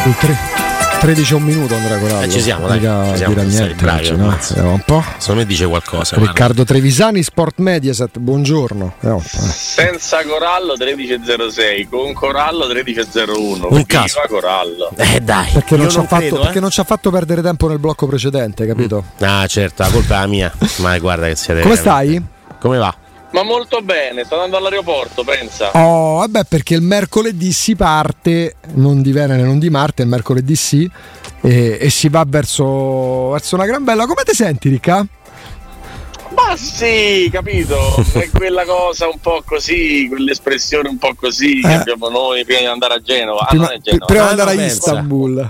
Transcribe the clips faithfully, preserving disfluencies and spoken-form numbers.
tredici a un minuto Andrea Corallo. Eh, ci siamo, dai. Mica Ci siamo, dirà niente, bravi, no? Vediamo un po'. Secondo me dice qualcosa. Riccardo guarda. Trevisani, Sport Mediaset, buongiorno. Eh, Senza Corallo tredici e zero sei, con Corallo tredici e zero uno. Un caso. Corallo. Eh dai. Perché, non ci, non ha fatto, credo, eh. perché non ci ha fatto perdere tempo nel blocco precedente, capito? Ah, certo, la colpa è la mia. Ma guarda che siete. Come stai? Come va? Ma molto bene, sto andando all'aeroporto, pensa. Oh, vabbè, perché il mercoledì si parte, non di Venere, non di Marte, il mercoledì sì, e, e si va verso, verso una gran bella. Come ti senti, Ricca? Ma sì, capito? È quella cosa un po' così, quell'espressione un po' così che Eh. abbiamo noi prima di andare a Genova. Ah, Prima, non è Genova. prima di Ah, andare no, a pensa. Istanbul.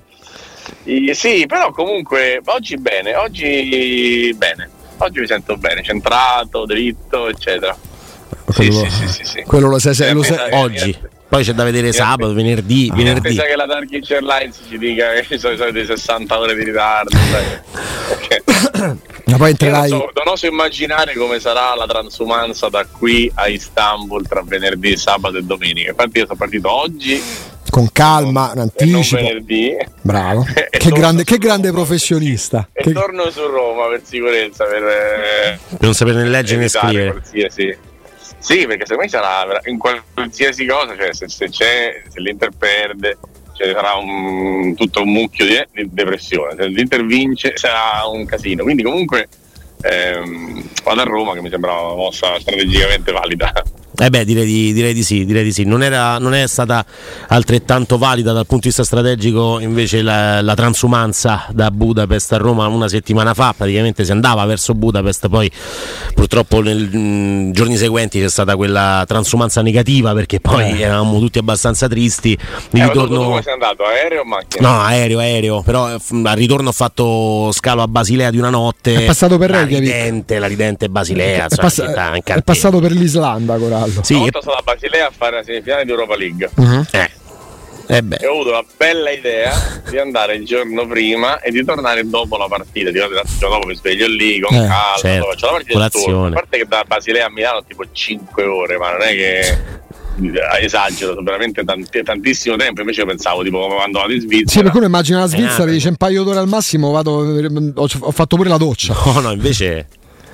I- Sì, però comunque oggi bene, oggi bene. Oggi mi sento bene, centrato, dritto, eccetera. Sì, Quello, sì, sì, sì, sì. quello lo sai, Eh, lo sai- pensa- Oggi. Poi c'è da vedere sabato, venerdì, In venerdì. attesa che la Turkish Airlines ci dica che ci sono i soliti sessanta ore di ritardo, sai. Ok. Ma poi Io entrerai. non, so, non oso immaginare come sarà la transumanza da qui a Istanbul tra venerdì, sabato e domenica. Infatti io sono partito oggi Con calma, in e non anticipo. venerdì. Bravo. E Che torno grande, su che grande Roma. professionista. E Che- torno su Roma per sicurezza, per eh, Non sapere né leggere né evitare scrivere. qualsiasi. Sì, perché secondo me sarà vera- in qualsiasi cosa, cioè se, se c'è, se l'Inter perde, cioè sarà un, tutto un mucchio di, di depressione. Se l'Inter vince sarà un casino. Quindi comunque ehm, vado a Roma, che mi sembra una mossa strategicamente valida. Eh beh, direi di, direi di sì, direi di sì. Non, era, non è stata altrettanto valida dal punto di vista strategico invece la, la transumanza da Budapest a Roma una settimana fa. Praticamente si andava verso Budapest, poi purtroppo nei giorni seguenti c'è stata quella transumanza negativa perché poi Eh. eravamo tutti abbastanza tristi. Il Eh, ma tu, tu ritorno... come sei andato? Aereo o macchina? No, aereo, aereo, però eh, f- al ritorno ho fatto scalo a Basilea di una notte. È passato per la Reykjavik. ridente, la ridente Basilea, È, insomma, pass- città è incantevole. passato per l'Islanda, Corallo. Sì, Una volta sono a Basilea a fare la semifinale di Europa League. Mhm. eh. Eh beh. E ho avuto la bella idea di andare il giorno prima e di tornare dopo la partita. Di il giorno dopo mi sveglio lì con Eh, calma, certo. faccio la partita Colazione. intorno. A parte che da Basilea a Milano tipo cinque ore, ma non è che esagero, sono veramente tanti- tantissimo tempo. Invece io pensavo tipo come quando vado in Sì, Svizzera. perché uno immagina la Svizzera, Eh, dice un paio d'ore al massimo, vado, ho, ho fatto pure la doccia. No, no, invece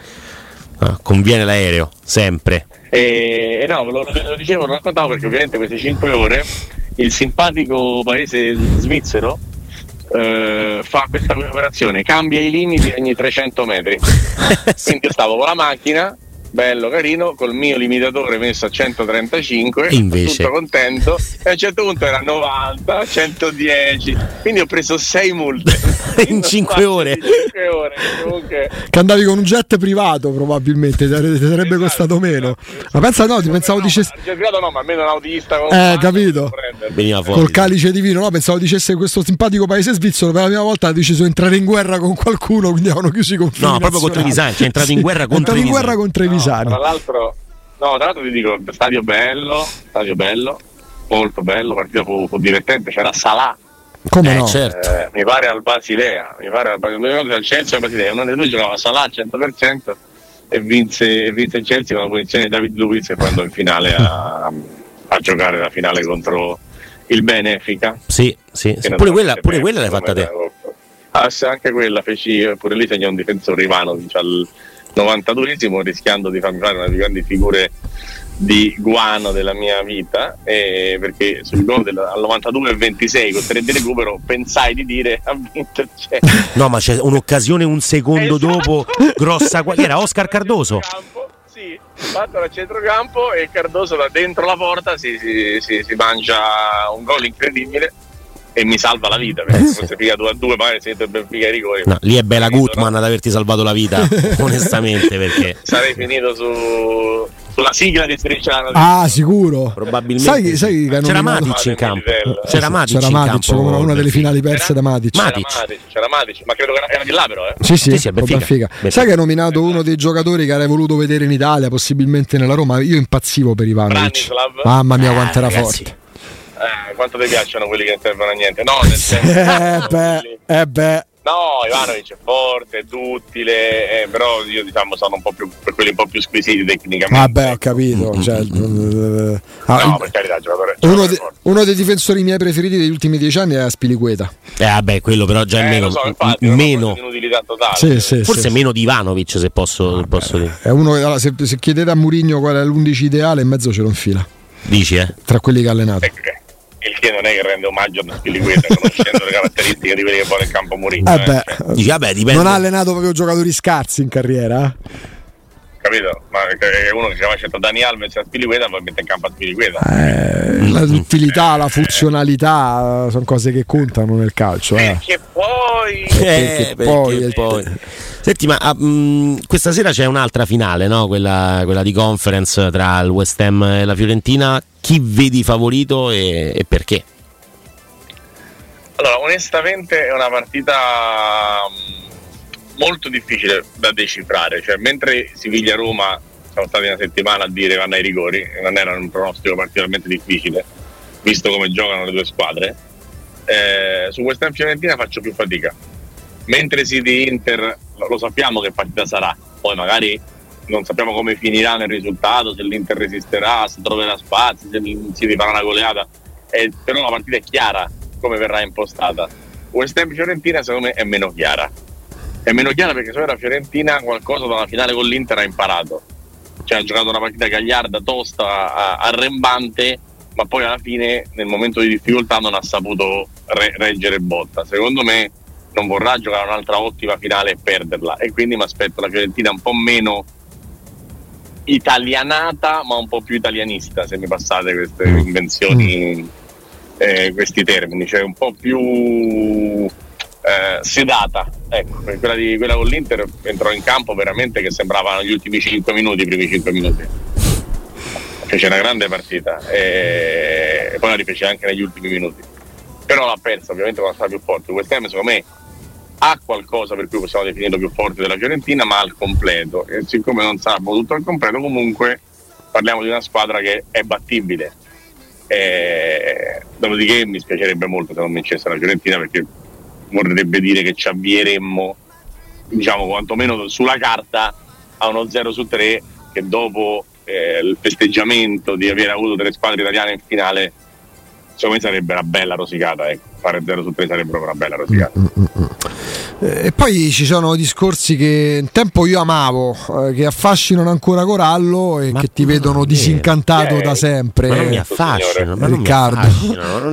ah, conviene l'aereo, sempre. E, e no, ve lo, ve lo dicevo, lo raccontavo perché ovviamente queste cinque ore il simpatico paese svizzero eh, fa questa operazione, cambia i limiti ogni trecento metri. Quindi io stavo con la macchina, bello carino, col mio limitatore messo a centotrentacinque, E invece? tutto contento, e a un certo punto era novanta, centodieci, quindi ho preso sei multe In cinque ore. In cinque ore, comunque. Che andavi con un jet privato, probabilmente ti sarebbe, ti sarebbe Esatto, costato meno. esatto. Ma pensa, no, ti pensavo no, dicesse. ma il no, ma almeno un autista con Eh, un capito. può prenderlo. Veniva fuori. Col calice di vino, no? Pensavo dicesse questo simpatico paese svizzero per la prima volta ha deciso di entrare in guerra con qualcuno, quindi avevano chiuso i confini. No, proprio con nazionali. Trevisani, cioè è entrato in guerra È con entrato in Trevisani. guerra con No, Trevisani. tra l'altro, no, tra l'altro ti dico, stadio bello, stadio bello, molto bello, partita fu, fu divertente, c'era Salah, Come Eh, no? certo. eh, mi pare al Basilea, mi pare al Basilea, al Chelsea al Basilea, uno dei due giocava Salah al cento per cento e vinse, e vinse il Chelsea con la posizione di David Luiz che andò in finale a, a giocare la finale contro il Benfica. Sì, sì, sì. Che Pure quella, naturalmente pure quella l'hai come fatta te. era- Ah, sì, anche quella feci io, pure lì segnò un difensore Ivanovic al novantaduesimo, rischiando di farmi fare una delle grandi figure di guano della mia vita, eh, perché sul gol del, al novantadue e ventisei con tre di recupero pensai di dire ha vinto il Chelsea. No, ma c'è un'occasione un secondo Esatto. dopo, grossa qua. Chi era Oscar Cardoso? Centrocampo, sì, battono a centrocampo e Cardoso da dentro la porta si, si, si, si mangia un gol incredibile e mi salva la vita, perché Eh, se sì. fosse figa due a due magari se il Benfica ai rigori. No, lì è bella Capito, Gutman no? ad averti salvato la vita, onestamente, perché Sarei finito su, sulla sigla di Strisciano. Ah, sicuro. probabilmente Sai che, sai che hanno c'era nominato- Matic in campo. Livello. C'era Sì, Matic c'era in Matic, campo. come una delle Benfica. finali perse da Matic. Ma- C'era Matic. Matic, c'era Matic, ma credo che era, era di Labero, eh? Sì, sì, Sì, sì, è con Benfica. Benfica. Benfica. Sai che hai nominato uno dei giocatori che avrei voluto vedere in Italia, possibilmente nella Roma? Io impazzivo per Ivanovic. Branislav. Mamma mia, Ah, quanto era ragazzi. forte. Eh, quanto ti piacciono quelli che non servono a niente? No, nel senso, Eh beh, eh beh. No, No, Ivanovic è forte, è duttile, eh, però io diciamo sono un po' più per quelli un po' più squisiti tecnicamente. Vabbè, ho capito. Mm-hmm. Cioè, mm-hmm. ah, no, per carità, giocatore. Uno, de, uno dei difensori miei preferiti degli ultimi dieci anni è Spilicueta. Eh vabbè, quello però già è eh, meno. So, infatti, meno. Totale, sì, sì, forse sì, meno di Ivanovic, se posso, vabbè, posso dire. È uno che, allora, se, se chiedete a Mourinho qual è l'undici ideale, in mezzo ce lo infila. Dici, eh? Tra quelli che ha allenato. Ecco che. Il che non è che rende omaggio a Spilicueta conoscendo le caratteristiche di quelli che vuole il campo Mourinho. Eh beh, eh. Dici, vabbè, dipende. Non ha allenato proprio giocatori scarsi in carriera? Capito? Ma è uno che si chiama scelto Dani Alves a Spilicueta, poi mette in campo a Spilicueta. Eh, l'utilità, la funzionalità sono cose che contano nel calcio. Eh. Perché poi... Eh, perché poi, perché poi. Senti, ma mh, questa sera c'è un'altra finale, no? Quella, quella di conference tra il West Ham e la Fiorentina. Chi vedi favorito e, e perché? Allora, onestamente è una partita molto difficile da decifrare. Cioè, mentre Siviglia-Roma siamo stati una settimana a dire vanno ai rigori, e non era un pronostico particolarmente difficile, visto come giocano le due squadre, eh, su West Ham Fiorentina faccio più fatica. Mentre City-Inter lo sappiamo che partita sarà, poi magari non sappiamo come finirà nel risultato, se l'Inter resisterà, se troverà spazi, se il City farà una goleata, eh, però la partita è chiara come verrà impostata. West Ham Fiorentina secondo me è meno chiara, è meno chiara perché se la Fiorentina qualcosa dalla finale con l'Inter ha imparato, cioè ha giocato una partita gagliarda, tosta, arrembante, ma poi alla fine nel momento di difficoltà non ha saputo re- reggere botta. Secondo me non vorrà giocare un'altra ottima finale e perderla, e quindi mi aspetto la Fiorentina un po' meno italianata ma un po' più italianista, se mi passate queste invenzioni, eh, questi termini, cioè un po' più eh, sedata, ecco. Quella, di, quella con l'Inter entrò in campo veramente che sembravano gli ultimi cinque minuti, i primi cinque minuti, fece una grande partita e, e poi la rifece anche negli ultimi minuti, però l'ha persa ovviamente quando stava più forte. West Ham secondo me ha qualcosa per cui possiamo definirlo più forte della Fiorentina, ma al completo, e siccome non sarà tutto al completo, comunque parliamo di una squadra che è battibile, e dopodiché mi spiacerebbe molto se non vincesse la Fiorentina, perché vorrebbe dire che ci avvieremmo, diciamo, quantomeno sulla carta a uno zero su tre, che dopo eh, il festeggiamento di aver avuto tre squadre italiane in finale secondo me sarebbe una bella rosicata, ecco. Fare zero su tre sarebbe proprio una bella rosicata. Mm, mm, mm. E poi ci sono discorsi che un tempo io amavo, eh, che affascinano ancora Corallo e ma che ti vedono disincantato eh, da sempre. Ma non mi affascinano, ma non Riccardo, mi affascinano, non è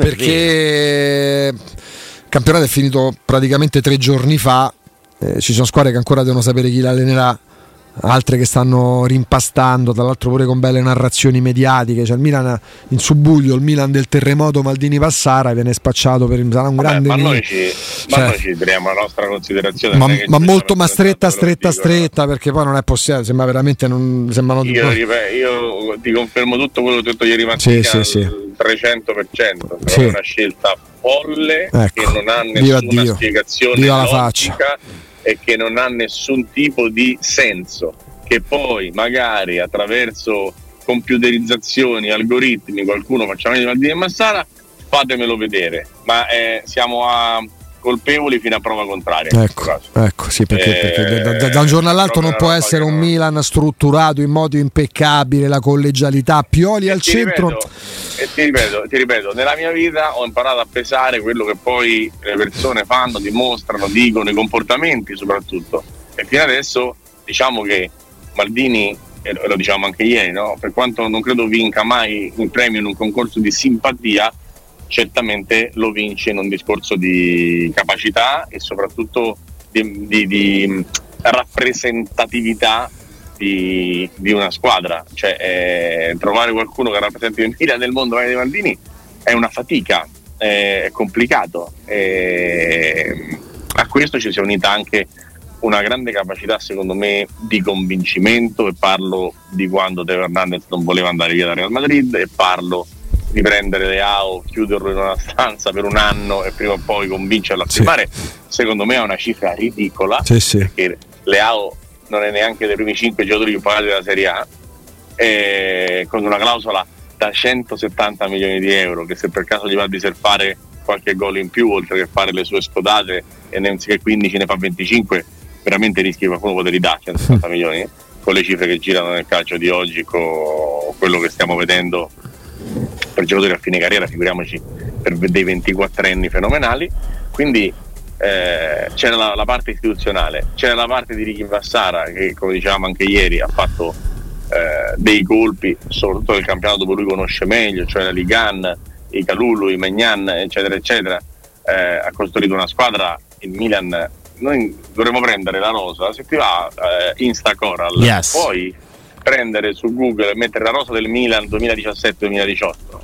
perché il campionato è finito praticamente tre giorni fa, eh, ci sono squadre che ancora devono sapere chi l'allenerà, altre che stanno rimpastando, tra l'altro pure con belle narrazioni mediatiche. C'è il Milan in subbuglio, il Milan del terremoto Maldini-Passara viene spacciato per sarà un Vabbè, grande ma noi ci, cioè, ma noi ci diamo la nostra considerazione, ma, ma molto ma stretta stretta stretta, perché poi non è possibile, sembra veramente non sembrano io, io ti confermo tutto quello che ho detto ieri mattina, sì, sì, sì. al trecento per cento, sì. È una scelta folle, ecco. che non ha nessuna Dio. spiegazione Viva la logica faccia. E che non ha nessun tipo di senso, che poi magari attraverso computerizzazioni, algoritmi, qualcuno facciamo di Maldini e Massara, fatemelo vedere, ma eh, siamo a colpevoli fino a prova contraria. Ecco, ecco sì, perché, eh, perché da, da, da un giorno all'altro non può essere un Milan strutturato in modo impeccabile, la collegialità, Pioli al centro. Ripeto, e ti ripeto, ti ripeto, nella mia vita ho imparato a pesare quello che poi le persone fanno, dimostrano, dicono, i comportamenti soprattutto, e fino adesso diciamo che Maldini, e lo diciamo anche ieri, no? Per quanto non credo vinca mai un premio in un concorso di simpatia, certamente lo vince in un discorso di capacità e soprattutto di, di, di rappresentatività di, di una squadra. Cioè eh, trovare qualcuno che rappresenti il Milan nel mondo dei Maldini è una fatica, eh, è complicato, eh, a questo ci si è unita anche una grande capacità secondo me di convincimento, e parlo di quando Teo Hernandez non voleva andare via da Real Madrid, e parlo di prendere Leao, chiuderlo in una stanza per un anno e prima o poi convincerlo a firmare. Sì. Secondo me è una cifra ridicola, sì, sì. perché Leao non è neanche dei primi cinque giocatori più pagati della Serie A, e con una clausola da centosettanta milioni di euro che se per caso gli va a diserfare qualche gol in più, oltre che fare le sue scodate, e ne anziché quindici ne fa venticinque, veramente rischi che qualcuno può ridarci a sessanta milioni, con le cifre che girano nel calcio di oggi, con quello che stiamo vedendo per giocatori a fine carriera, figuriamoci per dei ventiquattrenni fenomenali. Quindi eh, c'era la, la parte istituzionale, c'era la parte di Ricky Massara che, come dicevamo anche ieri, ha fatto eh, dei colpi soprattutto nel campionato dove lui conosce meglio, cioè la Ligan, i Calulu, i Magnan, eccetera eccetera. Eh, ha costruito una squadra, il Milan. Noi dovremmo prendere la rosa, se ti va eh, Instacoral, yes. Poi prendere su Google e mettere la rosa del Milan duemiladiciassette duemiladiciotto.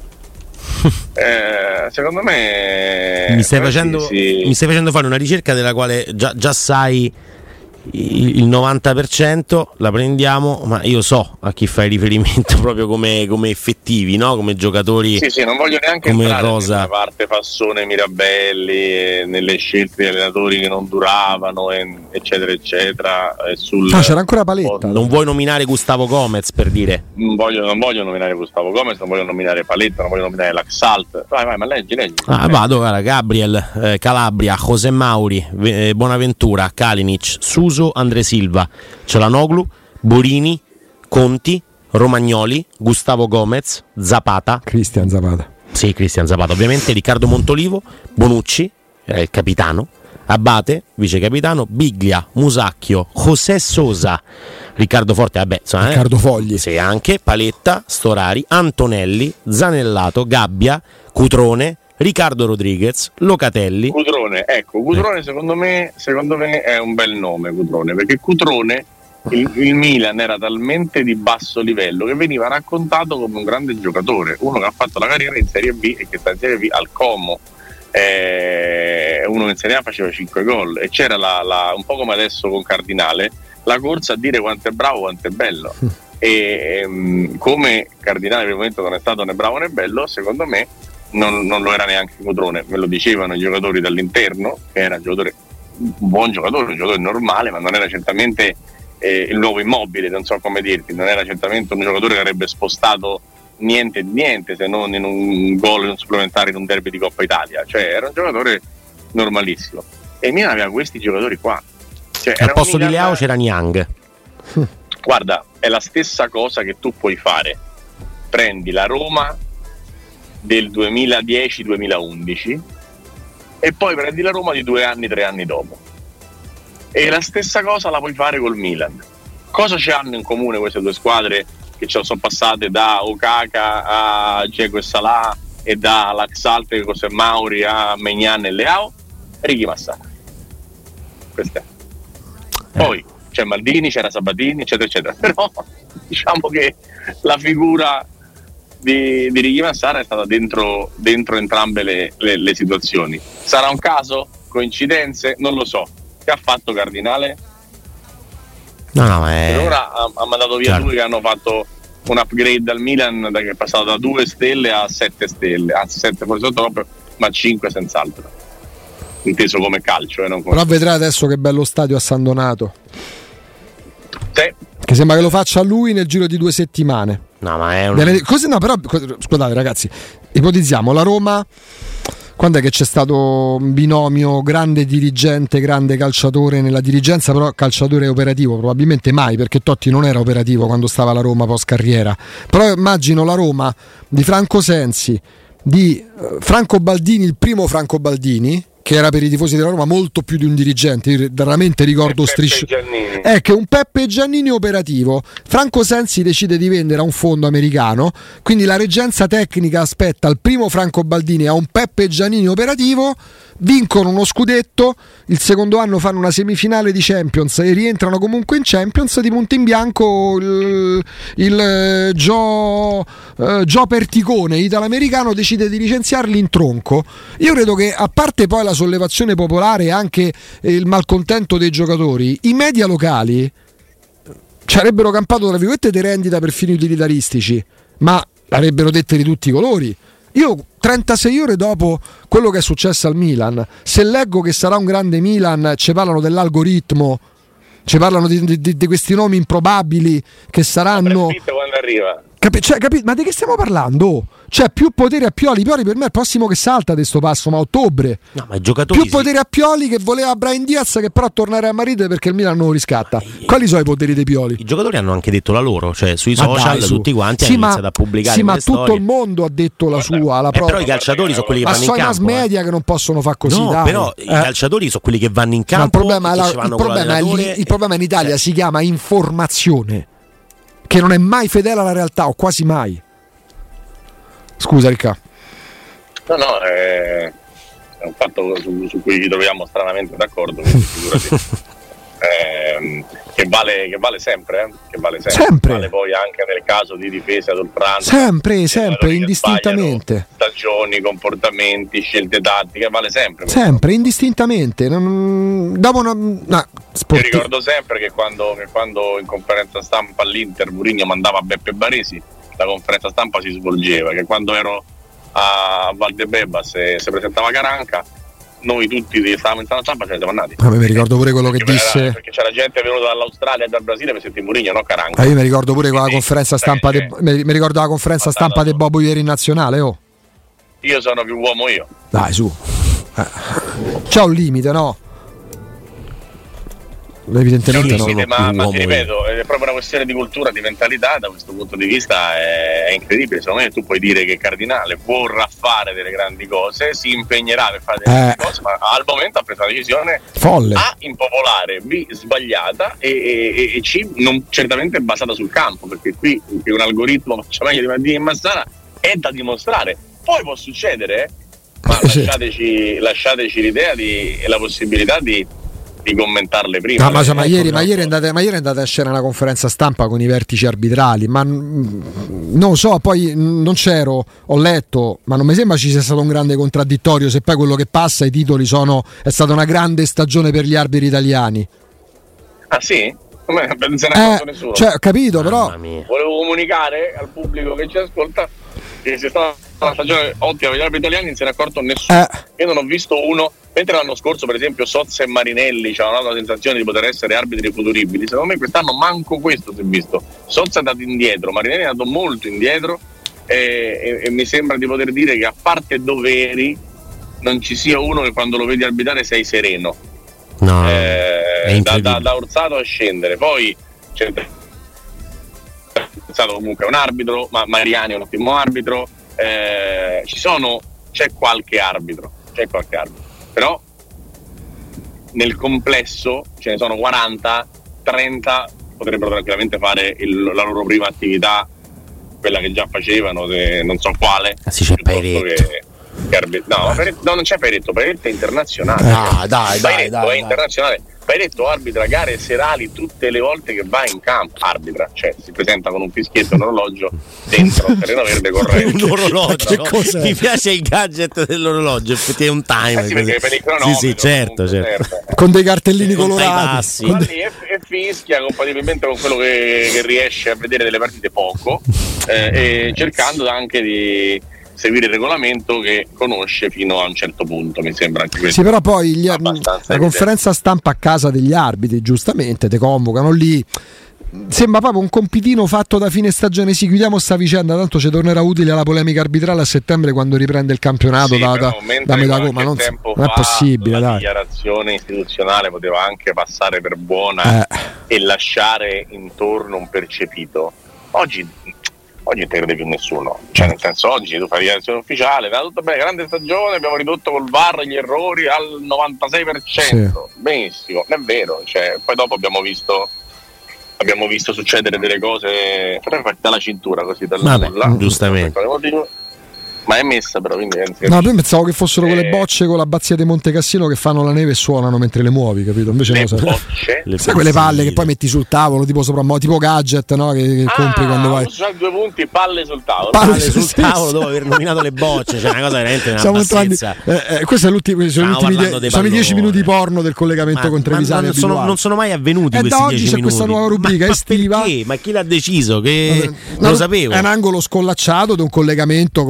eh, secondo me mi stai, facendo, sì. mi stai facendo fare una ricerca della quale già, già sai il novanta per cento, la prendiamo, ma io so a chi fai riferimento proprio come, come effettivi, no? Come giocatori. Sì, sì, non voglio neanche come entrare rosa. nella parte Fassone, Mirabelli, nelle scelte di allenatori che non duravano, eccetera eccetera. E sul, ah, c'era ancora Paletta. Non vuoi nominare Gustavo Gomez, per dire? Non voglio, non voglio nominare Gustavo Gomez, non voglio nominare Paletta, non voglio nominare l'Axalt. Vai, vai, ma leggi, leggi. Ah, vado, guarda, Gabriel, eh, Calabria, José Mauri, eh, Bonaventura, Kalinic, Suso, Andre Silva, Cialanoglu, Borini, Conti, Romagnoli, Gustavo Gomez, Zapata, Cristian Zapata. Sì, Cristian Zapata, ovviamente, Riccardo Montolivo, Bonucci, eh, il capitano, Abate, vice capitano, Biglia, Musacchio, José Sosa, Riccardo Forte, vabbè, insomma, Riccardo eh, Fogli. sì, anche Paletta, Storari, Antonelli, Zanellato, Gabbia, Cutrone, Riccardo Rodriguez, Locatelli. Cutrone, ecco, Cutrone eh. secondo me secondo me è un bel nome, Cutrone, perché Cutrone il, il Milan era talmente di basso livello che veniva raccontato come un grande giocatore, uno che ha fatto la carriera in Serie B e che sta in Serie B al Como, eh, uno che in Serie A faceva cinque gol e c'era la, la, un po' come adesso con Cardinale, la corsa a dire quanto è bravo, quanto è bello. E ehm, come Cardinale per il momento non è stato né bravo né bello, secondo me Non, non lo era neanche Cutrone, me lo dicevano i giocatori dall'interno, che era un giocatore, un buon giocatore, un giocatore normale, ma non era certamente eh, il nuovo Immobile, non so come dirti, non era certamente un giocatore che avrebbe spostato niente di niente se non in un gol, in un supplementare in un derby di Coppa Italia, cioè era un giocatore normalissimo. E Milan aveva questi giocatori qua. Cioè, al posto Milan... di Leao c'era Niang. Guarda, è la stessa cosa che tu puoi fare. Prendi la Roma del duemiladieci duemilaundici e poi prendi la Roma di due anni, tre anni dopo, e la stessa cosa la puoi fare col Milan. Cosa ci hanno in comune queste due squadre che ci sono passate da Okaka a Dzeko e Salah e da Laxalt e José Mauri a Maignan e Leao? Ricky Massara. Questa è. Poi c'è Maldini, c'era Sabatini, eccetera eccetera, però diciamo che la figura di, di Ricky Massara è stata dentro, dentro entrambe le, le, le situazioni. Sarà un caso? Coincidenze? Non lo so. Che ha fatto Cardinale? No, no, è... Per ora ha, ha mandato via Chiaro. due che hanno fatto un upgrade al Milan, da che è passato da due stelle a sette stelle, anzi sette forse troppo, ma cinque senz'altro, inteso come calcio, eh, non come... Però vedrai adesso che bello stadio a San Donato, sì. che sembra che lo faccia lui nel giro di due settimane. No, ma è un... Bene, così, no, però scusate ragazzi, ipotizziamo la Roma, quando è che c'è stato un binomio grande dirigente, grande calciatore nella dirigenza, però calciatore operativo? Probabilmente mai, perché Totti non era operativo quando stava alla Roma post carriera. Però immagino la Roma di Franco Sensi, di uh, Franco Baldini, il primo Franco Baldini, che era per i tifosi della Roma molto più di un dirigente. Io veramente ricordo striscio, è che un Peppe Giannini operativo. Franco Sensi decide di vendere a un fondo americano, quindi la reggenza tecnica aspetta il primo Franco Baldini a un Peppe Giannini operativo, vincono uno scudetto, il secondo anno fanno una semifinale di Champions e rientrano comunque in Champions. Di punto in bianco il, il Gio, uh, Gio Perticone, italo-americano, decide di licenziarli in tronco. Io credo che, a parte poi la sollevazione popolare e anche il malcontento dei giocatori, i media locali ci avrebbero campato tra virgolette di rendita per fini utilitaristici, ma l'avrebbero dette di tutti i colori. Io trentasei ore dopo quello che è successo al Milan, se leggo che sarà un grande Milan, ci parlano dell'algoritmo, ci parlano di, di, di questi nomi improbabili che saranno... Quando arriva? Capi- cioè, capi- ma di che stiamo parlando? Cioè, più potere a Pioli. Pioli per me è il prossimo che salta di sto passo, ma a ottobre. No, ma i giocatori più potere a Pioli che voleva Brahim Diaz, che però tornare a Madrid perché il Milan non lo riscatta. I, Quali sono i poteri dei Pioli? I giocatori hanno anche detto la loro, cioè sui Ma social dai, tutti quanti sì, hanno ma, iniziato a pubblicare. Sì, ma tutto storie. il mondo ha detto la sua. La eh, pro- però i calciatori sono quelli che ma vanno in sono i campo. mass media eh. che non possono far così. No, dai. però eh. i calciatori sono quelli che vanno in campo. Ma il problema, è, la, il problema, è lì, il problema in Italia cioè. si chiama informazione, che non è mai fedele alla realtà, o quasi mai. Scusa, Ricca. No, no, è, è un fatto su, su cui ci troviamo stranamente d'accordo, quindi figurati. eh, che, vale, che vale sempre, eh? Che vale sempre. sempre. Vale poi anche nel caso di difesa d'oltranza. Sempre, sempre, indistintamente. Stagioni, comportamenti, scelte tattiche, vale sempre. Sempre, indistintamente. Non... Dopo una... no, Io ricordo sempre che quando, che quando in conferenza stampa all'Inter Mourinho mandava Beppe Baresi, la conferenza stampa si svolgeva, che quando ero a Valdebebas e si presentava Caranca, noi tutti stavamo in sala stampa, ce ne siamo andati. Ah, mi ricordo pure quello perché che disse era, perché c'era gente venuta dall'Australia e dal Brasile per sentire Mourinho, no Caranca. Ah, io mi ricordo pure quella Quindi, conferenza stampa eh, de... mi ricordo la conferenza stampa di Bobo ieri in nazionale. Oh, io sono più uomo io. dai, su, eh. c'è un limite, no? Evidentemente no, limite, ma, ma ti ripeto, è proprio una questione di cultura, di mentalità. Da questo punto di vista è, è incredibile. Secondo me tu puoi dire che Cardinale vorrà fare delle grandi cose, si impegnerà per fare delle eh. grandi cose, ma al momento ha preso una decisione folle, A, impopolare, B, sbagliata e, e, e C, non certamente basata sul campo, perché qui che un algoritmo faccia meglio di Maldini e Massara è da dimostrare. Poi può succedere, ma lasciateci, lasciateci l'idea di, e la possibilità di di commentarle prima. No, ma, cioè, ma, ieri, ma, ieri andate, ma ieri è andata a scena una conferenza stampa con i vertici arbitrali, ma non lo so, poi non c'ero, ho letto, ma non mi sembra ci sia stato un grande contraddittorio se poi quello che passa, i titoli sono, è stata una grande stagione per gli arbitri italiani. Ah sì? Non se ne è accorto eh, nessuno. Cioè, ho capito, però volevo comunicare al pubblico che ci ascolta che sia stata una stagione ottima per gli arbitri italiani, non se ne è accorto nessuno. Eh. Io non ho visto uno, mentre l'anno scorso per esempio Sozza e Marinelli avevano la sensazione di poter essere arbitri futuribili, secondo me quest'anno manco questo si è visto. Sozza è andato indietro, Marinelli è andato molto indietro e, e, e mi sembra di poter dire che a parte doveri non ci sia uno che quando lo vedi arbitrare sei sereno. No, eh, da, da, da Orsato a scendere. Poi c'è stato comunque un arbitro, ma Mariani è un ottimo arbitro, eh, ci sono, c'è qualche arbitro, c'è qualche arbitro, però nel complesso ce ne sono quaranta, trenta potrebbero tranquillamente fare il, la loro prima attività, quella che già facevano, se, non so quale. Ah, sì, c'è Pairetto. Che, che arbit- no, Pairetto, no, non c'è Pairetto, Pairetto è internazionale. Ah, dai, dai, Pairetto dai, è dai. internazionale. Pairetto arbitra gare serali tutte le volte che va in campo, arbitra, cioè si presenta con un fischietto, un orologio dentro il terreno verde corretto. Un orologio, che cos'è? Mi piace il gadget dell'orologio, effettivamente è un timer. Eh sì, perché per il sì, sì, certo, certo. serve. con dei cartellini Con colorati. Va lì e, e fischia compatibilmente con quello che, che riesce a vedere delle partite poco, eh, e cercando anche di seguire il regolamento che conosce fino a un certo punto, mi sembra anche questo. Sì, però poi gli, la Abbastanza conferenza stampa a casa degli arbitri, giustamente, te convocano lì. Sembra proprio un compitino fatto da fine stagione. Sì, chiudiamo sta vicenda, tanto ci tornerà utile alla polemica arbitrale a settembre quando riprende il campionato. Sì, da, però, da, da metà Roma. Non, non è possibile, la dai. dichiarazione istituzionale poteva anche passare per buona Eh. e lasciare intorno un percepito. Oggi Oggi non te crede più nessuno, cioè nel senso oggi tu fai la dichiarazione ufficiale, va tutto bene, grande stagione, abbiamo ridotto col V A R gli errori al novantasei per cento, sì. Benissimo, non è vero, cioè, poi dopo abbiamo visto abbiamo visto succedere delle cose dalla cintura così dalla nulla, giustamente. Ma è messa però, quindi anzi, no, io pensavo che fossero eh, quelle bocce con l'abbazia di Monte Cassino che fanno la neve e suonano mentre le muovi, capito? Invece le no, sai, bocce, le sai quelle palle che poi metti sul tavolo tipo sopra tipo gadget, no? Che, che ah, compri quando vai. Sono due punti, palle sul tavolo. Palle, palle sul sì, tavolo sì. Dopo aver nominato le bocce, cioè una cosa veramente una Siamo bassezza. Eh, eh, questo è l'ultimo, sono, gli ultimi die, sono i dieci minuti porno del collegamento ma, con Trevisani. Ma non, sono, non sono mai avvenuti e questi da oggi dieci c'è minuti. questa nuova rubrica ma, estiva. Ma perché? Ma chi l'ha deciso? Che Vabbè, non lo sapevo. È un angolo scollacciato di un collegamento comunque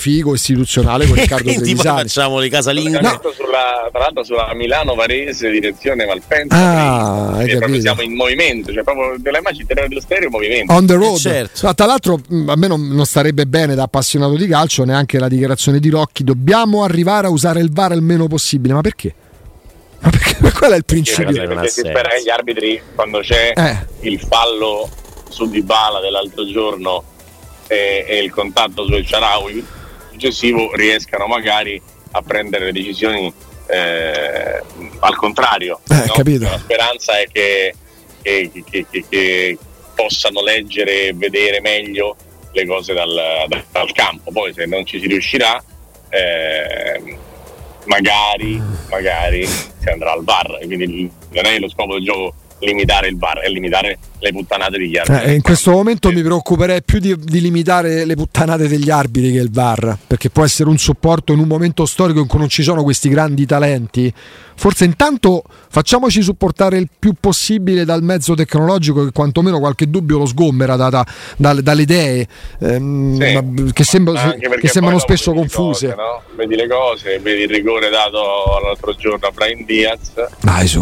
figo istituzionale con Riccardo Trevisani. Facciamo le casalinghe. No. Sulla, tra l'altro sulla Milano Varese direzione Malpensa. Ah, hai capito. Siamo in movimento, cioè proprio della immagine dello stereo movimento. On the road. Eh, certo. No, tra l'altro a me non, non starebbe bene da appassionato di calcio neanche la dichiarazione di Rocchi, dobbiamo arrivare a usare il V A R il meno possibile, ma perché? Ma perché qual è il principio? Perché, perché si spera che gli arbitri, quando c'è eh. il fallo su Dybala dell'altro giorno e, e il contatto su El Shaarawy successivo, riescano magari a prendere le decisioni eh, al contrario. Eh, no? Capito. La speranza è che, che, che, che, che possano leggere e vedere meglio le cose dal, dal, dal campo. Poi se non ci si riuscirà eh, magari magari si andrà al V A R, quindi non è lo scopo del gioco limitare il V A R, è limitare le puttanate degli arbitri. Eh, in questo momento mi preoccuperei più di, di limitare le puttanate degli arbitri che il V A R, perché può essere un supporto in un momento storico in cui non ci sono questi grandi talenti. Forse intanto facciamoci supportare il più possibile dal mezzo tecnologico che quantomeno qualche dubbio lo sgombera da, da, da, dalle idee ehm, sì, che, sembra, che sembrano spesso confuse. Cose, no? Vedi le cose, vedi il rigore dato l'altro giorno a Brahim Diaz. Dai su.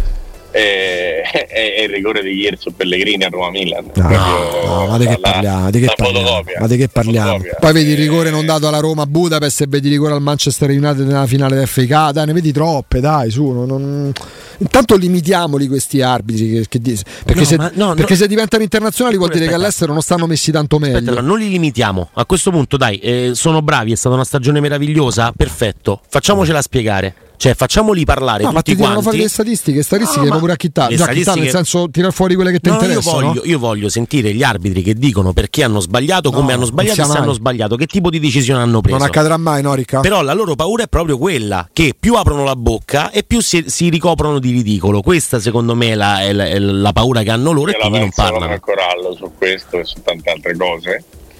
E, e il rigore di ieri su Pellegrini a Roma Milan. No, no, ma di che parliamo? Di che parliamo? Ma di che parliamo? Poi vedi il rigore non dato alla Roma a Budapest e vedi il rigore al Manchester United nella finale F A Cup. Dai, ne vedi troppe, dai, su. Non, non... Intanto limitiamoli questi arbitri. Che, che dice, perché no, se, no, perché no. se diventano internazionali vuol dire aspetta. che all'estero non stanno messi tanto meglio. Aspetta, non li limitiamo. A questo punto, dai, eh, sono bravi, è stata una stagione meravigliosa. Perfetto, facciamocela spiegare. Cioè, facciamoli parlare no, tutti ma ti tirano quanti. fuori le statistiche, statistiche no, devono pure acchittare. Già acchittare nel senso tirar fuori quelle che ti no, interessano. Io voglio, io voglio sentire gli arbitri che dicono perché hanno sbagliato, come no, hanno sbagliato e se mai. hanno sbagliato, che tipo di decisione hanno preso. Non accadrà mai, no, Ricca? Però la loro paura è proprio quella, che più aprono la bocca e più si, si ricoprono di ridicolo. Questa secondo me è la, è la, è la paura che hanno loro. Io e quindi non parlano. Come Corallo su questo e su tante altre cose.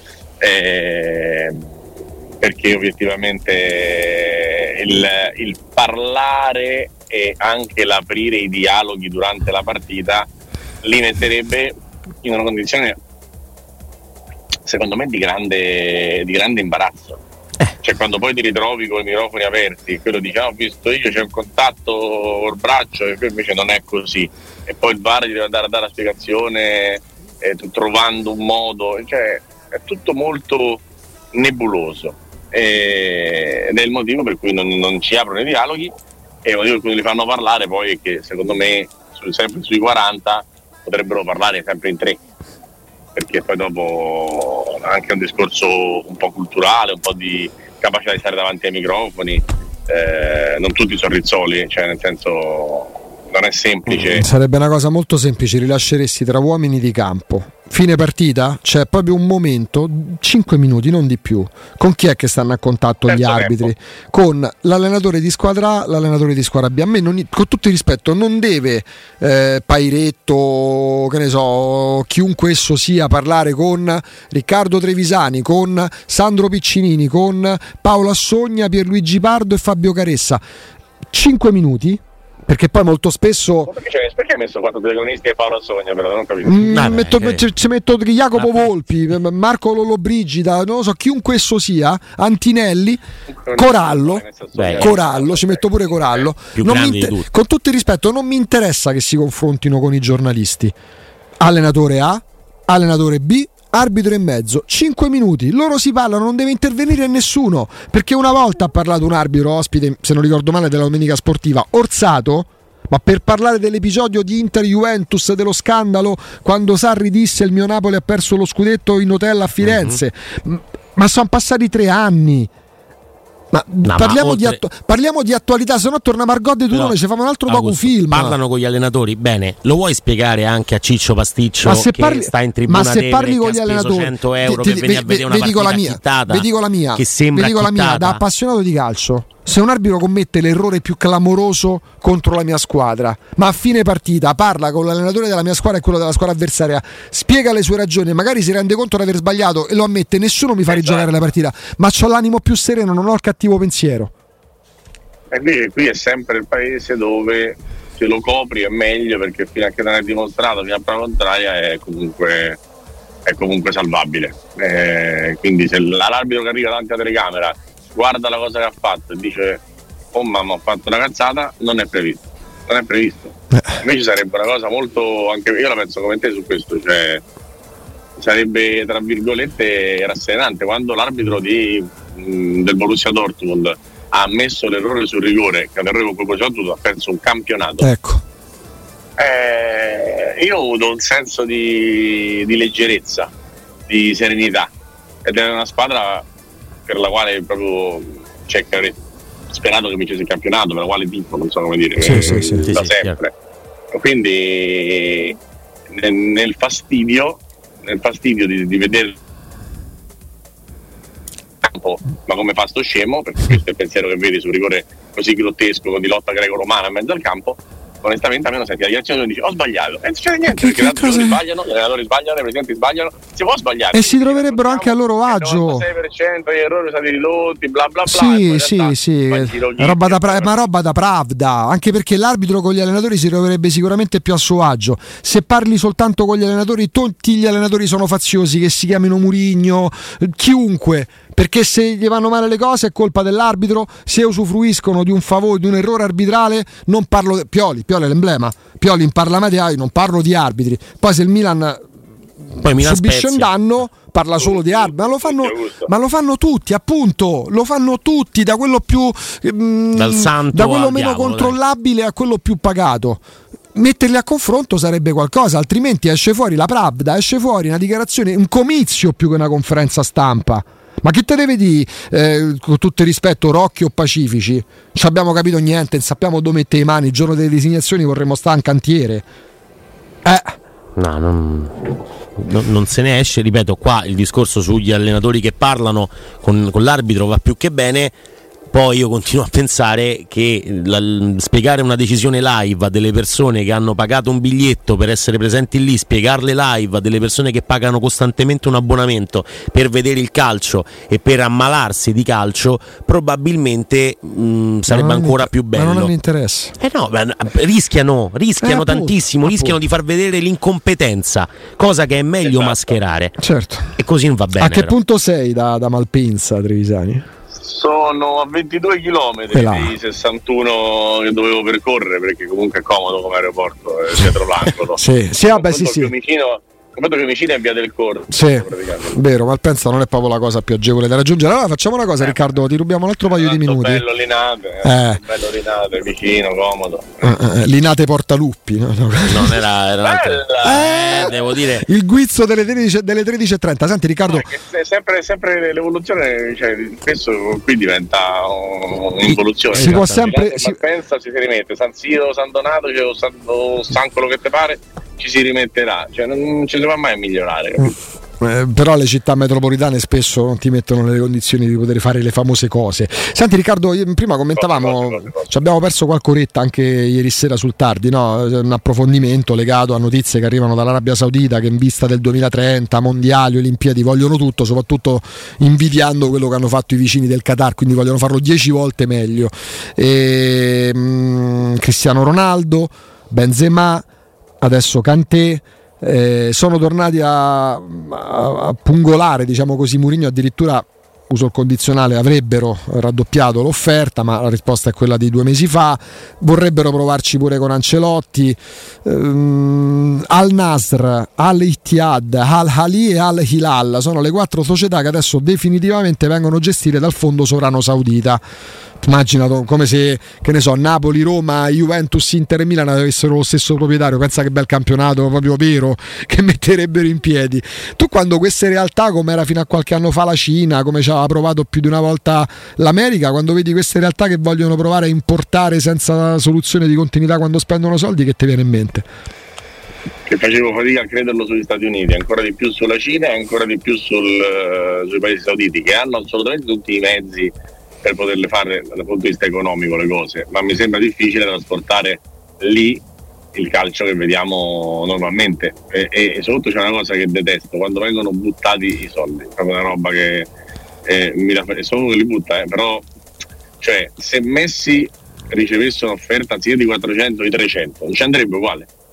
Eh, perché obiettivamente il, il parlare e anche l'aprire i dialoghi durante la partita li metterebbe in una condizione secondo me di grande, di grande imbarazzo. Eh. Cioè quando poi ti ritrovi con i microfoni aperti, quello dice ah, ho visto io c'è un contatto col braccio e invece non è così, e poi il V A R ti deve andare a dare la spiegazione eh, trovando un modo, cioè è tutto molto nebuloso. Ed è il motivo per cui non, non ci aprono i dialoghi, e il motivo per cui li fanno parlare poi è che secondo me su, sempre sui quaranta potrebbero parlare sempre in tre, perché poi dopo anche un discorso un po' culturale, un po' di capacità di stare davanti ai microfoni, eh, non tutti sono rizzoli, cioè nel senso non è semplice. Sarebbe una cosa molto semplice, rilasceresti tra uomini di campo, fine partita, c'è proprio un momento, cinque minuti, non di più, con chi è che stanno a contatto Terzo gli arbitri? Tempo. Con l'allenatore di squadra A, l'allenatore di squadra B. A me, non, con tutto il rispetto, non deve eh, Pairetto, che ne so, chiunque esso sia, parlare con Riccardo Trevisani, con Sandro Piccinini, con Paolo Assogna, Pierluigi Pardo e Fabio Caressa. Cinque minuti. Perché poi molto spesso perché, perché hai messo quattro protagonisti e Paolo Assogna, però non capisco. Mm, ah, metto, eh. ci, ci metto Jacopo ah, Volpi, Marco Lollobrigida, non lo so, chiunque esso sia, Antinelli, Corallo, Beh, Corallo, ci metto pure Corallo. Eh, non mi inter- con tutto il rispetto, non mi interessa che si confrontino con i giornalisti. Allenatore A, allenatore B, arbitro e mezzo, cinque minuti, loro si parlano, non deve intervenire nessuno, perché una volta ha parlato un arbitro ospite, se non ricordo male, della domenica sportiva, Orsato, ma per parlare dell'episodio di Inter-Juventus, dello scandalo quando Sarri disse il mio Napoli ha perso lo scudetto in hotel a Firenze, mm-hmm. ma sono passati tre anni. Ma, no, parliamo, ma oltre... di attu- parliamo di attualità, se no torna Margot e Turone, ci fanno un altro dopo film. Parlano con gli allenatori, bene, lo vuoi spiegare anche a Ciccio Pasticcio ma se che parli, sta in tribuna ma se parli con gli allenatori cento euro ti, per venire a vedere una partita la mia, chittata, vi dico la mia, che sembra vi dico la mia, da appassionato di calcio, se un arbitro commette l'errore più clamoroso contro la mia squadra, ma a fine partita parla con l'allenatore della mia squadra e quello della squadra avversaria, spiega le sue ragioni, magari si rende conto di aver sbagliato e lo ammette, nessuno mi fa rigiocare la partita, ma c'ho l'animo più sereno, non ho il cattivo pensiero. E qui, qui è sempre il paese dove se lo copri è meglio, perché fino a che non è dimostrato, fino a prova contraria è comunque è comunque salvabile, eh, quindi se l'arbitro che arriva davanti alla telecamera guarda la cosa che ha fatto e dice oh mamma ho fatto una cazzata, non è previsto, non è previsto. Invece sarebbe una cosa molto, anche io la penso come te su questo, cioè sarebbe tra virgolette rasserenante quando l'arbitro di, mh, del Borussia Dortmund ha ammesso l'errore sul rigore, che è un errore con cui Borussia Dortmund ha perso un campionato. Ecco. Eh, io ho avuto un senso di, di leggerezza, di serenità, ed è una squadra per la quale proprio c'è che avrei sperato che vincesse il campionato, per la quale tifo, non so come dire, sì, sì, sì, da sì, sempre. Sì, quindi nel, nel fastidio, nel fastidio di, di vedere campo, ma come fa sto scemo, perché questo è il pensiero che vedi sul rigore così grottesco di lotta greco-romana in mezzo al campo. Onestamente a me non senti la direzione e dici ho sbagliato e non succede niente, perché gli altri sbagliano, gli allenatori sbagliano, i presidenti sbagliano, si può sbagliare e si troverebbero anche a loro agio. Il novantasei per cento degli errori sono stati ridotti, bla bla bla. Sì, sì, sì, roba da pra- ma roba da pravda, anche perché l'arbitro con gli allenatori si troverebbe sicuramente più a suo agio. Se parli soltanto con gli allenatori, tutti gli allenatori sono faziosi, che si chiamino Murigno, chiunque, perché se gli vanno male le cose è colpa dell'arbitro, se usufruiscono di un favore, di un errore arbitrale, non parlo Pioli, Pioli è l'emblema, Pioli in Parlamentari, non parlo di arbitri. Poi se il Milan Poi Milan subisce Spezia. un danno parla solo di arbitri, ma lo fanno, ma lo fanno tutti, appunto, lo fanno tutti, da quello più mh, dal santo da quello al meno diavolo, controllabile dai. A quello più pagato. Metterli a confronto sarebbe qualcosa, altrimenti esce fuori la Pravda, esce fuori una dichiarazione, un comizio più che una conferenza stampa. Ma che te deve dire, eh, con tutto il rispetto, Rocchi o Pacifici? Non ci abbiamo capito niente, non sappiamo dove mettere i mani, il giorno delle designazioni vorremmo stare in cantiere. Eh. No, non, non, non se ne esce, ripeto, qua il discorso sugli allenatori che parlano con, con l'arbitro va più che bene. Poi io continuo a pensare che la, spiegare una decisione live a delle persone che hanno pagato un biglietto per essere presenti lì, spiegarle live a delle persone che pagano costantemente un abbonamento per vedere il calcio e per ammalarsi di calcio, probabilmente mh, sarebbe ancora inter- più bello. Ma non hanno interesse. Eh no, beh, rischiano, rischiano eh, tantissimo, appunto, rischiano appunto. di far vedere l'incompetenza, cosa che è meglio esatto. mascherare. Certo. E così non va bene. A che però. punto sei da, da Malpensa, Trevisani? Sono a ventidue chilometri dei sessantuno che dovevo percorrere, perché comunque è comodo come aeroporto, è dietro l'angolo. Sì, sì, vabbè, sì, sì. Vicino, che vicino è via del Corso. Sì, vero, Malpensa non è proprio la cosa più agevole da raggiungere. Allora facciamo una cosa, eh, Riccardo, ti rubiamo un altro paio di minuti. Bello Linate, eh. bello Linate, vicino, comodo. Eh, eh, Linate Portaluppi, no? No, non era, era eh, devo dire il guizzo delle tredici, delle tredici e trenta. Senti Riccardo, eh, sempre, sempre l'evoluzione, cioè, spesso qui diventa un'involuzione. Si può sempre si pensa, ci si rimette San Siro, San Donato, cioè, o San, o San quello che ti pare, ci si rimetterà, cioè non ci si va mai a migliorare. Eh, però le città metropolitane spesso non ti mettono nelle condizioni di poter fare le famose cose. Senti Riccardo, prima commentavamo, cose, cose, cose. Ci abbiamo perso qualche oretta anche ieri sera sul tardi, no? Un approfondimento legato a notizie che arrivano dall'Arabia Saudita, che in vista del duemilatrenta, mondiali, Olimpiadi, vogliono tutto, soprattutto invidiando quello che hanno fatto i vicini del Qatar, quindi vogliono farlo dieci volte meglio. E, mh, Cristiano Ronaldo, Benzema, adesso Kanté, eh, sono tornati a, a, a pungolare, diciamo così. Mourinho addirittura, uso il condizionale, avrebbero raddoppiato l'offerta, ma la risposta è quella di due mesi fa. Vorrebbero provarci pure con Ancelotti. ehm, Al Nasr, Al Ittihad, Al Ahly e Al Hilal sono le quattro società che adesso definitivamente vengono gestite dal fondo sovrano saudita. Immagina come se, che ne so, Napoli, Roma, Juventus, Inter e Milan avessero lo stesso proprietario. Pensa che bel campionato proprio vero che metterebbero in piedi. Tu, quando queste realtà, come era fino a qualche anno fa la Cina, come ci aveva provato più di una volta l'America, quando vedi queste realtà che vogliono provare a importare senza soluzione di continuità quando spendono soldi, che ti viene in mente? Che facevo fatica a crederlo sugli Stati Uniti, ancora di più sulla Cina e ancora di più sul, uh, sui paesi sauditi, che hanno assolutamente tutti i mezzi per poterle fare dal punto di vista economico le cose, ma mi sembra difficile trasportare lì il calcio che vediamo normalmente. E, e, e soprattutto c'è una cosa che detesto, quando vengono buttati i soldi, è proprio una roba che eh, mi da, sono uno che li butta, eh, però cioè, se Messi ricevesse un'offerta anziché di quattrocento di trecento, non ci andrebbe uguale.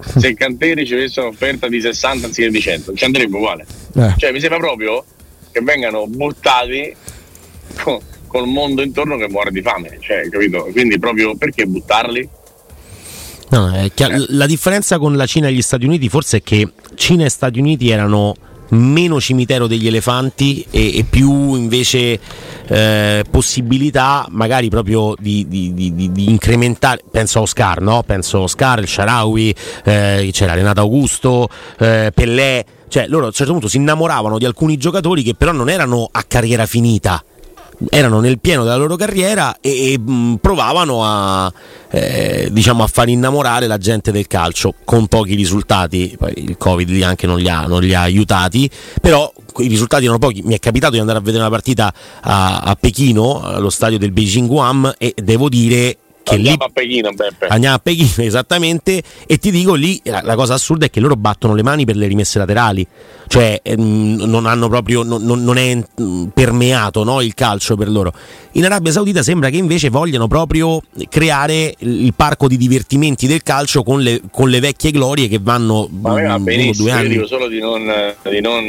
se il Kanté ricevesse un'offerta di sessanta anziché di cento, ci andrebbe uguale. Eh. Cioè mi sembra proprio che vengano buttati con, col mondo intorno che muore di fame, cioè, capito? Quindi proprio perché buttarli? No, è chiaro. Eh. La differenza con la Cina e gli Stati Uniti forse è che Cina e Stati Uniti erano meno cimitero degli elefanti e, e più invece eh, possibilità magari proprio di, di, di, di incrementare. Penso a Oscar, no? Penso a Oscar, il Shaarawy, eh, c'era Renato Augusto, eh, Pellè, cioè loro a un certo punto si innamoravano di alcuni giocatori che però non erano a carriera finita, erano nel pieno della loro carriera e, e mh, provavano a eh, diciamo a far innamorare la gente del calcio con pochi risultati. Poi il Covid lì anche non li ha, non li ha aiutati, però i risultati erano pochi. Mi è capitato di andare a vedere una partita a, a Pechino, allo stadio del Beijing Guam, e devo dire che andiamo lì a Pechino, Beppe. Andiamo a Pechino, esattamente, e ti dico lì la, la cosa assurda è che loro battono le mani per le rimesse laterali, cioè ehm, non hanno proprio non, non è mh, permeato, no, il calcio per loro. In Arabia Saudita sembra che invece vogliano proprio creare il parco di divertimenti del calcio con le, con le vecchie glorie che vanno ma mh, va benissimo, uno, due anni. Io dico solo di non di non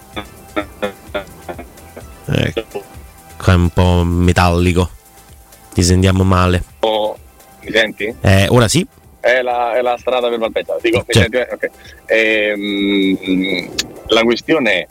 ecco, è un po' metallico. Ti sentiamo male. Oh, mi senti? Eh, ora sì. È la, è la strada per Valpetta. Dico, mi senti? Okay. Ehm, la questione è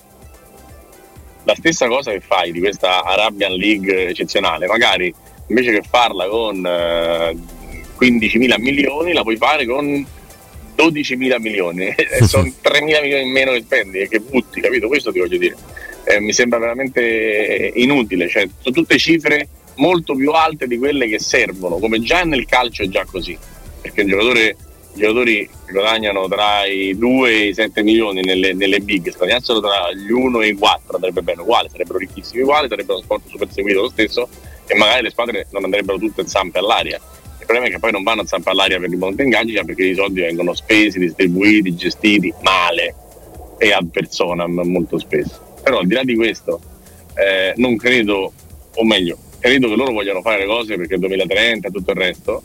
la stessa cosa che fai di questa Arabian League eccezionale. Magari invece che farla con eh, quindicimila milioni, la puoi fare con dodicimila milioni. E sono tremila milioni in meno che spendi e che butti, capito? Questo ti voglio dire. Eh, mi sembra veramente inutile. Cioè, sono tutte cifre molto più alte di quelle che servono, come già nel calcio è già così, perché un giocatore, i giocatori guadagnano tra i due e i sette milioni nelle, nelle big, se guadagnassero tra gli uno e i quattro andrebbe bene uguale, sarebbero ricchissimi uguali, sarebbero uno sport super seguito lo stesso e magari le squadre non andrebbero tutte zampe all'aria. Il problema è che poi non vanno zampe all'aria per il buon ingaggi, ma perché i soldi vengono spesi, distribuiti, gestiti male e ad personam molto spesso. Però al di là di questo eh, non credo, o meglio credo che loro vogliano fare le cose perché il duemilatrenta e tutto il resto,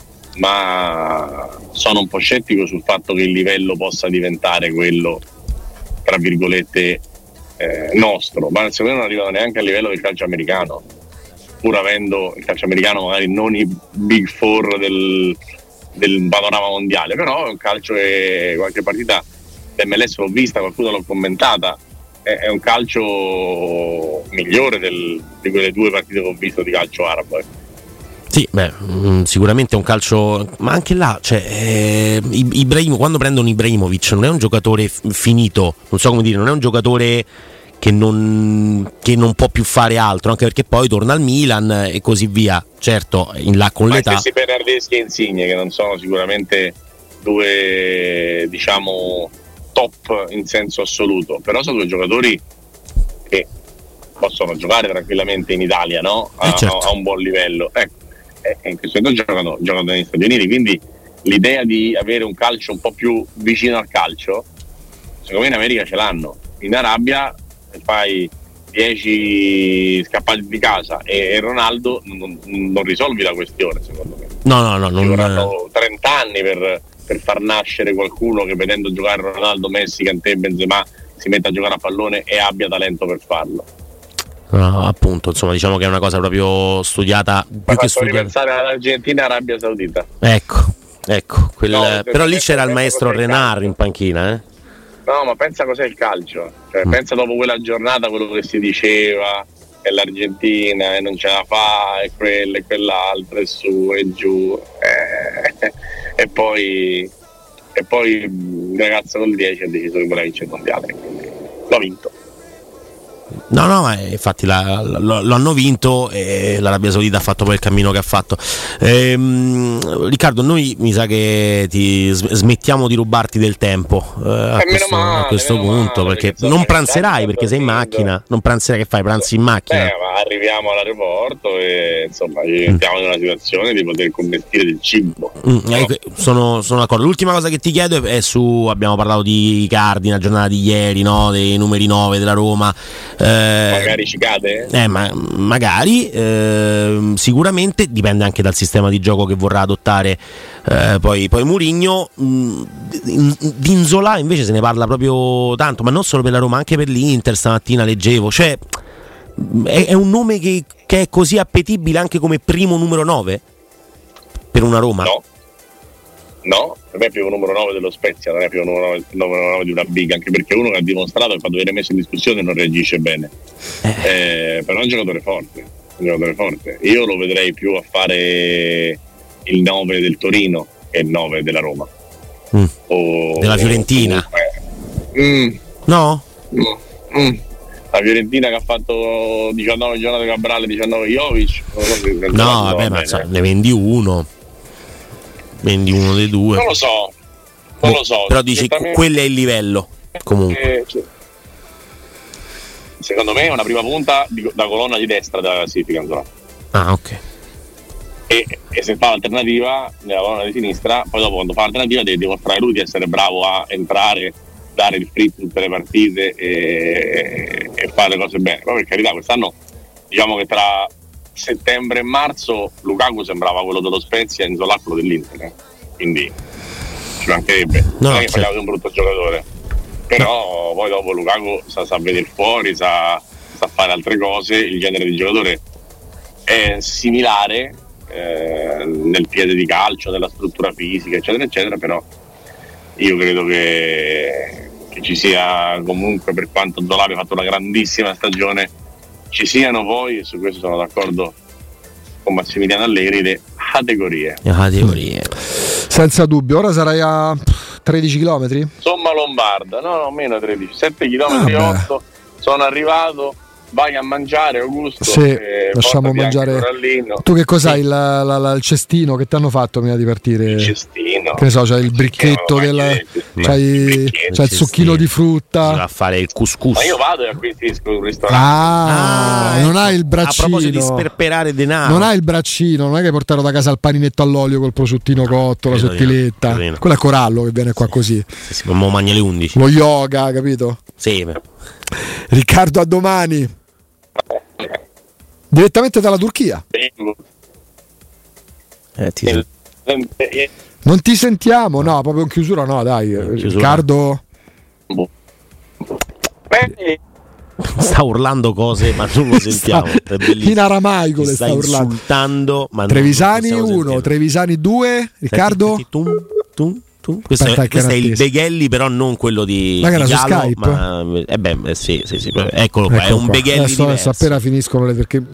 ma sono un po' scettico sul fatto che il livello possa diventare quello tra virgolette eh, nostro, ma secondo me non arrivano neanche al livello del calcio americano, pur avendo il calcio americano magari non i big four del, del panorama mondiale, però è un calcio che qualche partita dell'M L S l'ho vista, qualcuno l'ho commentata, è un migliore del, di quelle due partite che ho visto di calcio arabo. Sì, beh, mh, sicuramente è un calcio, ma anche là, cioè, eh, Ibrahim, quando prendono Ibrahimovic non è un giocatore f- finito, non so come dire, non è un giocatore che non, che non può più fare altro, anche perché poi torna al Milan e così via. Certo, in là con ma l'età. Ma stessi Bernardeschi e Insigne, che non sono sicuramente due, diciamo, top in senso assoluto, però sono due giocatori che possono giocare tranquillamente in Italia, no? A, eh certo. a, a un buon livello, ecco, e in questo momento giocano, giocano negli Stati Uniti, quindi l'idea di avere un calcio un po' più vicino al calcio secondo me in America ce l'hanno. In Arabia fai dieci scappati di casa e Ronaldo non, non risolvi la questione, secondo me. No, no, no, non vorranno trenta anni per per far nascere qualcuno che vedendo giocare Ronaldo, Messi, Kanté, Benzema si metta a giocare a pallone e abbia talento per farlo. No, appunto, insomma, diciamo che è una cosa proprio studiata, più Ma che studiata. Pensare all'Argentina e Arabia Saudita. Ecco, ecco, quel, no, però lì c'era il maestro Renard in panchina, eh? No, ma pensa cos'è il calcio, cioè, mm. pensa dopo quella giornata quello che si diceva è l'Argentina e non ce la fa e quello e quell'altro e su e giù eh, e poi e poi il ragazzo col dieci ha deciso che voleva vincere il mondiale, quindi l'ho vinto. No, no, ma infatti la, lo, lo hanno vinto e l'Arabia Saudita ha fatto poi il cammino che ha fatto. Ehm, Riccardo, noi mi sa che ti smettiamo di rubarti del tempo eh, a, eh, questo, male, a questo punto, male, perché, perché non pranzerai perché sei in macchina. Non pranzerai, che fai? Pranzi in macchina? Beh, ma arriviamo all'aeroporto e insomma ci mettiamo mm. in una situazione di poter commestire del cibo. Mm, eh, sono, sono d'accordo. L'ultima cosa che ti chiedo è, è su, abbiamo parlato di Icardi, la giornata di ieri, no? Dei numeri nove della Roma. Eh, magari ci cade? Eh, ma, magari, eh, sicuramente dipende anche dal sistema di gioco che vorrà adottare eh, poi, poi Mourinho. Di Nzola invece se ne parla proprio tanto, ma non solo per la Roma, anche per l'Inter. Stamattina leggevo, cioè è, è un nome che, che è così appetibile anche come primo numero nove per una Roma? No. No, per me è più un numero nove dello Spezia, non è più un numero nove, numero nove di una big, anche perché uno che ha dimostrato che quando viene messo in discussione non reagisce bene. Eh. Eh, però è un giocatore forte, un giocatore forte. Io lo vedrei più a fare il nove del Torino che il nove della Roma. Mm. O, della Fiorentina. O, mm, no? Mm, mm. La Fiorentina che ha fatto diciannove giornate Cabral, diciannove Jovic. Non so se no, vabbè, ma cioè, ne vendi uno. Vendi uno dei due. Non lo so, non lo so. Però dici quello è il livello. Comunque. Eh, cioè, secondo me è una prima punta di, da colonna di destra della classifica. Ah, ok. E, e se fa l'alternativa nella colonna di sinistra, poi dopo quando fa l'alternativa deve dimostrare lui di essere bravo a entrare, dare il free tutte le partite e, e fare le cose bene. Poi per carità, quest'anno diciamo che tra settembre e marzo Lukaku sembrava quello dello Spezia e Nzola quello dell'Inter, eh? Quindi ci mancherebbe. No, non è che certo. parliamo di un brutto giocatore, però poi dopo Lukaku sa, sa vedere fuori, sa, sa fare altre cose. Il genere di giocatore è similare eh, nel piede di calcio, nella struttura fisica, eccetera eccetera, però io credo che, che ci sia comunque, per quanto Nzola abbia fatto una grandissima stagione, ci siano poi, e su questo sono d'accordo con Massimiliano Allegri, le categorie. Le categorie. Senza dubbio, ora sarai a tredici chilometri? Somma Lombarda, no, no, meno tredici, sette chilometri e otto, sono arrivato, vai a mangiare Augusto. Sì, eh, lasciamo mangiare. Tu che cos'hai, il, la, la, il cestino che ti hanno fatto prima di partire? Il cestino. Che ne so, c'hai il bricchetto, del, c'hai, il, c'hai il succhino di frutta. Si va a fare il couscous. Ma io vado e acquisisco un ristorante. Ah, ah non hai il braccino. A proposito di sperperare denaro. Non hai il braccino, non è che portano da casa il paninetto all'olio col prosciuttino cotto, la sottiletta. Quello è Corallo che viene qua così. Sì, sì, ma mangia le undici. Lo yoga, capito? Sì. Riccardo, a domani. Direttamente dalla Turchia. Eh, ti... Non ti sentiamo, no, proprio in chiusura no, dai. Chiusura. Riccardo sta urlando cose ma non lo sentiamo. Sta, in aramaico le sta, sta urlando. Insultando, ma Trevisani uno, Trevisani due, Riccardo. Senti, tum, tum. Questo, è, questo è il Beghelli, però non quello di, ma di su Gallo, Skype? Ma, eh beh, sì, sì, sì, eccolo qua, ecco è un qua. Beghelli adesso, adesso appena finiscono le perché